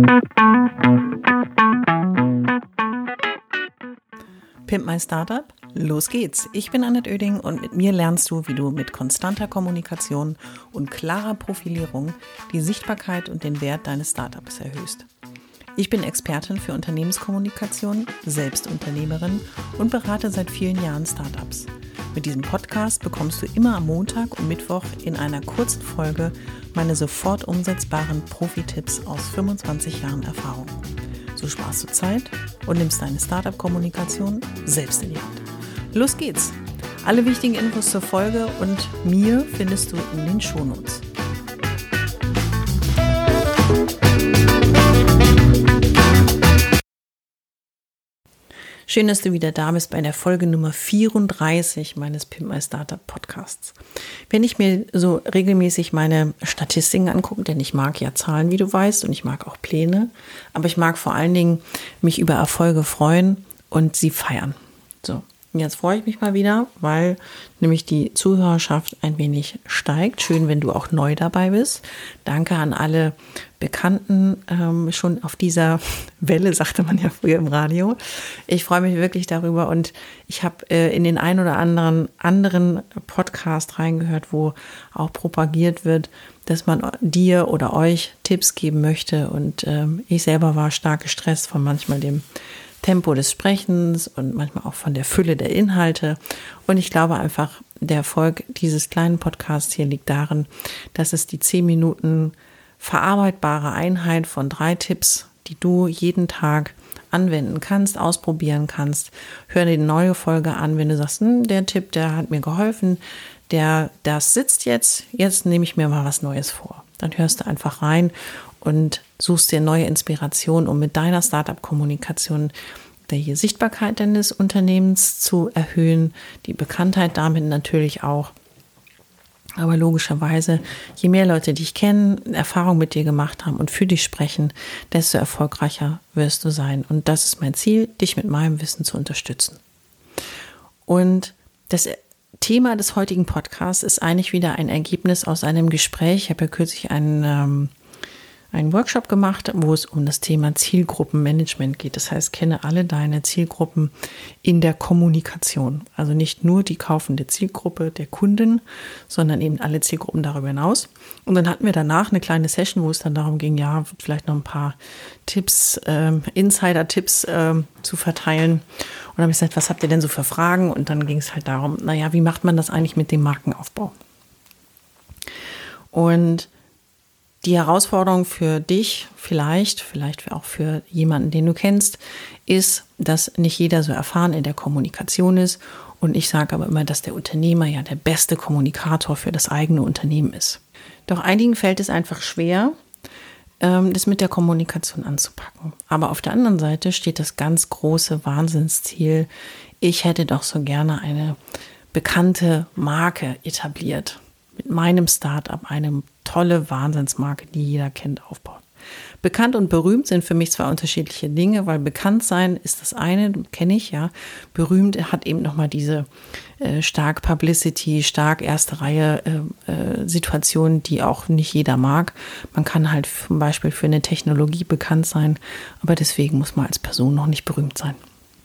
Pimp My Startup, los geht's. Ich bin Annette Oeding und mit mir lernst du, wie du mit konstanter Kommunikation und klarer Profilierung die Sichtbarkeit und den Wert deines Startups erhöhst. Ich bin Expertin für Unternehmenskommunikation, selbst Unternehmerin und berate seit vielen Jahren Startups. Mit diesem Podcast bekommst du immer am Montag und Mittwoch in einer kurzen Folge meine sofort umsetzbaren Profi-Tipps aus 25 Jahren Erfahrung. So sparst du Zeit und nimmst deine Startup-Kommunikation selbst in die Hand. Los geht's! Alle wichtigen Infos zur Folge und mir findest du in den Shownotes. Schön, dass du wieder da bist bei der Folge Nummer 34 meines Pimp My Startup Podcasts. Wenn ich mir so regelmäßig meine Statistiken angucke, denn ich mag ja Zahlen, wie du weißt, und ich mag auch Pläne, aber ich mag vor allen Dingen mich über Erfolge freuen und sie feiern. So, und jetzt freue ich mich mal wieder, weil nämlich die Zuhörerschaft ein wenig steigt. Schön, wenn du auch neu dabei bist. Danke an alle Bekannten schon auf dieser Welle, sagte man ja früher im Radio. Ich freue mich wirklich darüber und ich habe in den ein oder anderen Podcast reingehört, wo auch propagiert wird, dass man dir oder euch Tipps geben möchte und ich selber war stark gestresst von manchmal dem Tempo des Sprechens und manchmal auch von der Fülle der Inhalte. Und ich glaube einfach, der Erfolg dieses kleinen Podcasts hier liegt darin, dass es die 10 Minuten verarbeitbare Einheit von 3 Tipps, die du jeden Tag anwenden kannst, ausprobieren kannst. Hör dir eine neue Folge an, wenn du sagst, der Tipp, der hat mir geholfen, das sitzt jetzt nehme ich mir mal was Neues vor. Dann hörst du einfach rein und suchst dir neue Inspiration, um mit deiner Startup-Kommunikation die Sichtbarkeit deines Unternehmens zu erhöhen, die Bekanntheit damit natürlich auch. Aber logischerweise, je mehr Leute dich kennen, Erfahrung mit dir gemacht haben und für dich sprechen, desto erfolgreicher wirst du sein. Und das ist mein Ziel, dich mit meinem Wissen zu unterstützen. Und das Thema des heutigen Podcasts ist eigentlich wieder ein Ergebnis aus einem Gespräch. Ich habe ja kürzlich einen Workshop gemacht, wo es um das Thema Zielgruppenmanagement geht. Das heißt, kenne alle deine Zielgruppen in der Kommunikation. Also nicht nur die kaufende Zielgruppe der Kunden, sondern eben alle Zielgruppen darüber hinaus. Und dann hatten wir danach eine kleine Session, wo es dann darum ging, ja, vielleicht noch ein paar Tipps, Insider-Tipps zu verteilen. Und dann habe ich gesagt, was habt ihr denn so für Fragen? Und dann ging es halt darum, naja, wie macht man das eigentlich mit dem Markenaufbau? Und die Herausforderung für dich, vielleicht auch für jemanden, den du kennst, ist, dass nicht jeder so erfahren in der Kommunikation ist. Und ich sage aber immer, dass der Unternehmer ja der beste Kommunikator für das eigene Unternehmen ist. Doch einigen fällt es einfach schwer, das mit der Kommunikation anzupacken. Aber auf der anderen Seite steht das ganz große Wahnsinnsziel, ich hätte doch so gerne eine bekannte Marke etabliert. Mit meinem Startup eine tolle Wahnsinnsmarke, die jeder kennt, aufbaut. Bekannt und berühmt sind für mich zwei unterschiedliche Dinge, weil bekannt sein ist das eine, kenne ich ja. Berühmt hat eben nochmal diese stark Publicity, stark erste Reihe Situation, die auch nicht jeder mag. Man kann halt zum Beispiel für eine Technologie bekannt sein, aber deswegen muss man als Person noch nicht berühmt sein.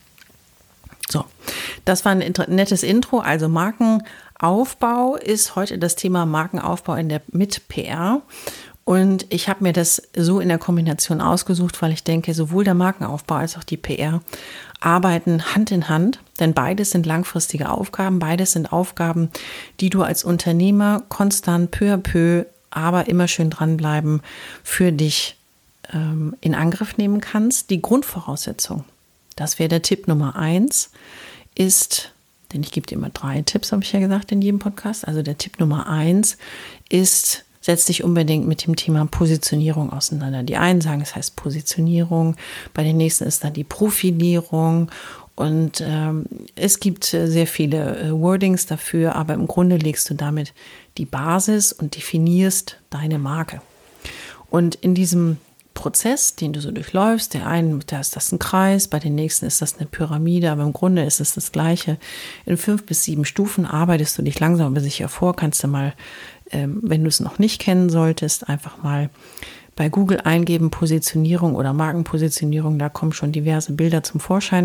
So, das war ein nettes Intro, also Markenaufbau ist heute das Thema Markenaufbau mit PR und ich habe mir das so in der Kombination ausgesucht, weil ich denke, sowohl der Markenaufbau als auch die PR arbeiten Hand in Hand, denn beides sind langfristige Aufgaben, beides sind Aufgaben, die du als Unternehmer konstant peu à peu, aber immer schön dranbleiben, für dich in Angriff nehmen kannst. Die Grundvoraussetzung, das wäre der Tipp Nummer 1, ist, denn ich gebe dir immer 3 Tipps, habe ich ja gesagt in jedem Podcast. Also der Tipp Nummer 1 ist, setz dich unbedingt mit dem Thema Positionierung auseinander. Die einen sagen, es heißt Positionierung, bei den nächsten ist dann die Profilierung und es gibt sehr viele Wordings dafür, aber im Grunde legst du damit die Basis und definierst deine Marke. Und in diesem Prozess, den du so durchläufst, da ist das ein Kreis, bei den nächsten ist das eine Pyramide, aber im Grunde ist es das Gleiche. In 5 bis 7 Stufen arbeitest du dich langsam aber sicher vor, kannst du mal, wenn du es noch nicht kennen solltest, einfach mal bei Google eingeben, Positionierung oder Markenpositionierung, da kommen schon diverse Bilder zum Vorschein.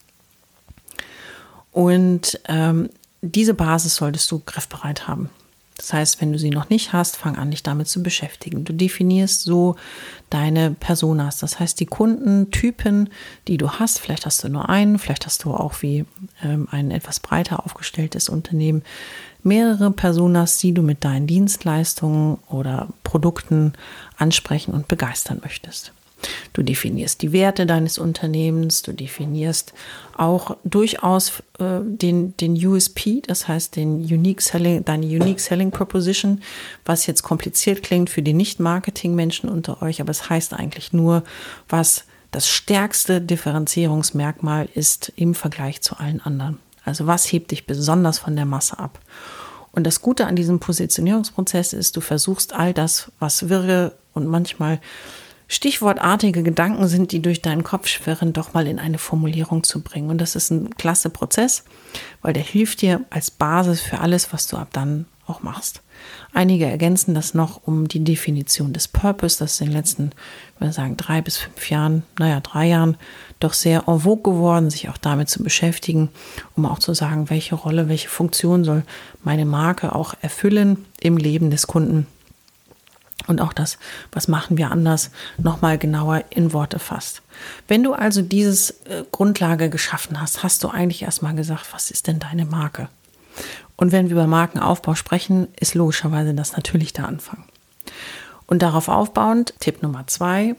Und diese Basis solltest du griffbereit haben. Das heißt, wenn du sie noch nicht hast, fang an, dich damit zu beschäftigen. Du definierst so deine Personas. Das heißt, die Kundentypen, die du hast, vielleicht hast du nur einen, vielleicht hast du auch wie ein etwas breiter aufgestelltes Unternehmen mehrere Personas, die du mit deinen Dienstleistungen oder Produkten ansprechen und begeistern möchtest. Du definierst die Werte deines Unternehmens, du definierst auch durchaus den USP, das heißt deine Unique Selling Proposition, was jetzt kompliziert klingt für die Nicht-Marketing-Menschen unter euch, aber es heißt eigentlich nur, was das stärkste Differenzierungsmerkmal ist im Vergleich zu allen anderen. Also was hebt dich besonders von der Masse ab? Und das Gute an diesem Positionierungsprozess ist, du versuchst all das, was wirre und manchmal stichwortartige Gedanken sind, die durch deinen Kopf schwirren, doch mal in eine Formulierung zu bringen. Und das ist ein klasse Prozess, weil der hilft dir als Basis für alles, was du ab dann auch machst. Einige ergänzen das noch um die Definition des Purpose, das ist in den letzten, ich würde sagen, 3 bis 5 Jahren, 3 Jahren, doch sehr en vogue geworden, sich auch damit zu beschäftigen, um auch zu sagen, welche Rolle, welche Funktion soll meine Marke auch erfüllen im Leben des Kunden. Und auch das, was machen wir anders, nochmal genauer in Worte fasst. Wenn du also diese Grundlage geschaffen hast, hast du eigentlich erstmal gesagt, was ist denn deine Marke? Und wenn wir über Markenaufbau sprechen, ist logischerweise das natürlich der Anfang. Und darauf aufbauend, Tipp Nummer 2,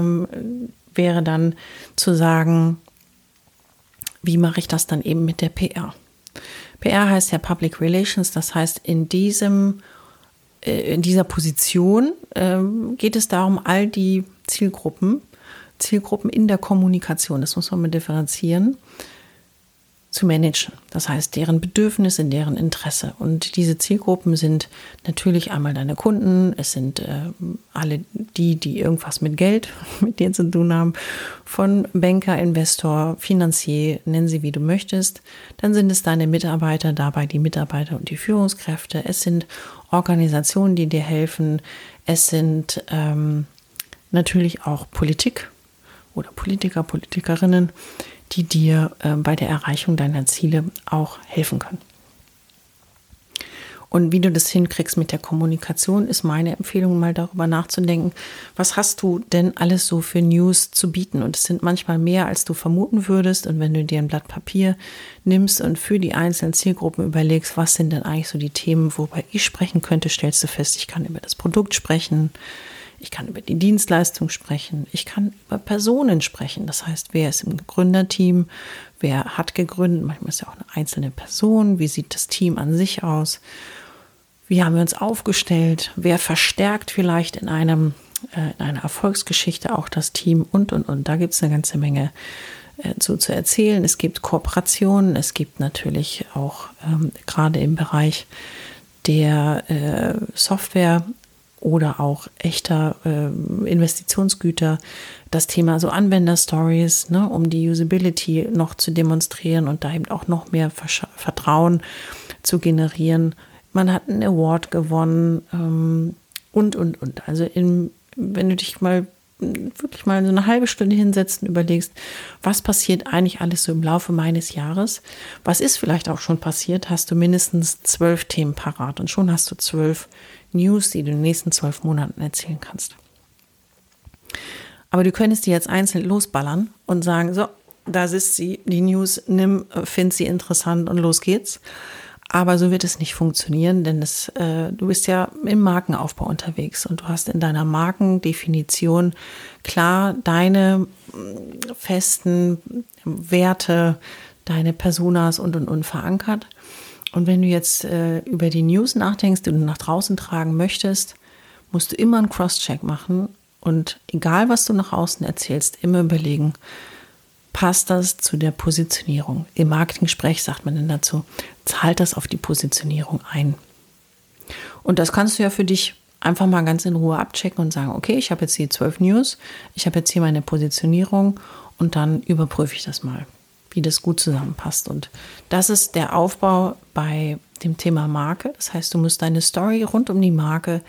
wäre dann zu sagen, wie mache ich das dann eben mit der PR? PR heißt ja Public Relations, das heißt in dieser Position geht es darum, all die Zielgruppen in der Kommunikation, das muss man mal differenzieren, zu managen. Das heißt, deren Bedürfnisse, deren Interesse. Und diese Zielgruppen sind natürlich einmal deine Kunden, es sind alle die irgendwas mit Geld mit dir zu tun haben, von Banker, Investor, Finanzier, nenn sie wie du möchtest. Dann sind es deine Mitarbeiter, dabei die Mitarbeiter und die Führungskräfte. Es sind Organisationen, die dir helfen. Es sind natürlich auch Politik oder Politiker, Politikerinnen, die dir bei der Erreichung deiner Ziele auch helfen können. Und wie du das hinkriegst mit der Kommunikation, ist meine Empfehlung, mal darüber nachzudenken, was hast du denn alles so für News zu bieten? Und es sind manchmal mehr, als du vermuten würdest. Und wenn du dir ein Blatt Papier nimmst und für die einzelnen Zielgruppen überlegst, was sind denn eigentlich so die Themen, worüber ich sprechen könnte, stellst du fest, ich kann über das Produkt sprechen, ich kann über die Dienstleistung sprechen, ich kann über Personen sprechen. Das heißt, wer ist im Gründerteam, wer hat gegründet, manchmal ist ja auch eine einzelne Person, wie sieht das Team an sich aus, wie haben wir uns aufgestellt, wer verstärkt vielleicht in einer Erfolgsgeschichte auch das Team und. Da gibt es eine ganze Menge zu erzählen. Es gibt Kooperationen, es gibt natürlich auch gerade im Bereich der Software oder auch echter Investitionsgüter das Thema so Anwenderstories, ne, um die Usability noch zu demonstrieren und da eben auch noch mehr Vertrauen zu generieren. Man hat einen Award gewonnen und. Also wenn du dich wirklich mal so eine halbe Stunde hinsetzt und überlegst, was passiert eigentlich alles so im Laufe meines Jahres, was ist vielleicht auch schon passiert, hast du mindestens 12 Themen parat und schon hast du 12 News, die du in den nächsten 12 Monaten erzählen kannst. Aber du könntest die jetzt einzeln losballern und sagen, so, da ist sie, die News, find sie interessant und los geht's. Aber so wird es nicht funktionieren, denn du bist ja im Markenaufbau unterwegs und du hast in deiner Markendefinition klar deine festen Werte, deine Personas und verankert. Und wenn du jetzt über die News nachdenkst, die du nach draußen tragen möchtest, musst du immer einen Cross-Check machen und egal, was du nach außen erzählst, immer überlegen, passt das zu der Positionierung? Im Marketing-Sprech sagt man dann dazu, zahlt das auf die Positionierung ein? Und das kannst du ja für dich einfach mal ganz in Ruhe abchecken und sagen, okay, ich habe jetzt hier 12 News, ich habe jetzt hier meine Positionierung und dann überprüfe ich das mal, wie das gut zusammenpasst. Und das ist der Aufbau bei dem Thema Marke. Das heißt, du musst deine Story rund um die Marke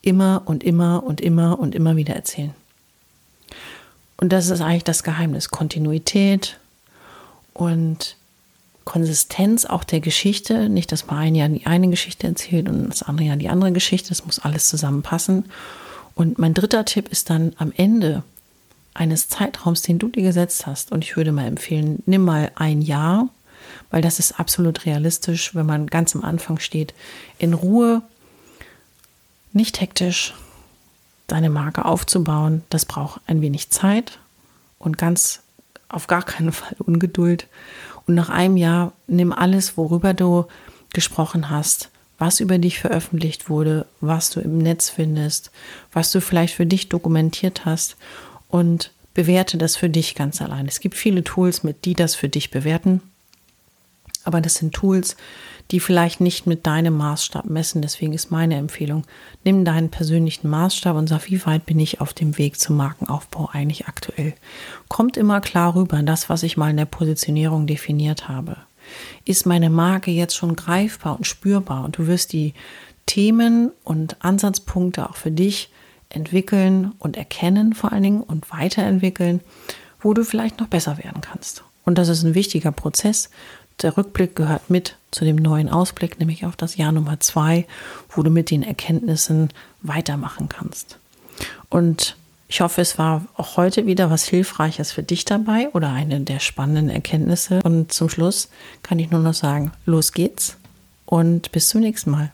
immer und immer und immer und immer wieder erzählen. Und das ist eigentlich das Geheimnis. Kontinuität und Konsistenz auch der Geschichte. Nicht, dass man ein Jahr die eine Geschichte erzählt und das andere Jahr die andere Geschichte. Das muss alles zusammenpassen. Und mein dritter Tipp ist dann am Ende eines Zeitraums, den du dir gesetzt hast. Und ich würde mal empfehlen, nimm mal ein Jahr, weil das ist absolut realistisch, wenn man ganz am Anfang steht, in Ruhe, nicht hektisch, deine Marke aufzubauen. Das braucht ein wenig Zeit und ganz auf gar keinen Fall Ungeduld. Und nach einem Jahr nimm alles, worüber du gesprochen hast, was über dich veröffentlicht wurde, was du im Netz findest, was du vielleicht für dich dokumentiert hast und bewerte das für dich ganz allein. Es gibt viele Tools, die das für dich bewerten, aber das sind Tools, die vielleicht nicht mit deinem Maßstab messen. Deswegen ist meine Empfehlung, nimm deinen persönlichen Maßstab und sag, wie weit bin ich auf dem Weg zum Markenaufbau eigentlich aktuell. Kommt immer klar rüber, das, was ich mal in der Positionierung definiert habe. Ist meine Marke jetzt schon greifbar und spürbar und du wirst die Themen und Ansatzpunkte auch für dich entwickeln und erkennen vor allen Dingen und weiterentwickeln, wo du vielleicht noch besser werden kannst. Und das ist ein wichtiger Prozess. Der Rückblick gehört mit zu dem neuen Ausblick, nämlich auf das Jahr Nummer 2, wo du mit den Erkenntnissen weitermachen kannst. Und ich hoffe, es war auch heute wieder was Hilfreiches für dich dabei oder eine der spannenden Erkenntnisse. Und zum Schluss kann ich nur noch sagen, los geht's und bis zum nächsten Mal.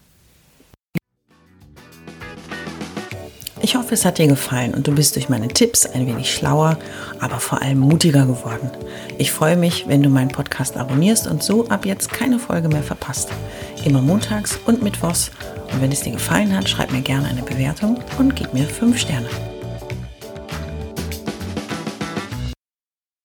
Ich hoffe, es hat dir gefallen und du bist durch meine Tipps ein wenig schlauer, aber vor allem mutiger geworden. Ich freue mich, wenn du meinen Podcast abonnierst und so ab jetzt keine Folge mehr verpasst. Immer montags und mittwochs. Und wenn es dir gefallen hat, schreib mir gerne eine Bewertung und gib mir 5 Sterne.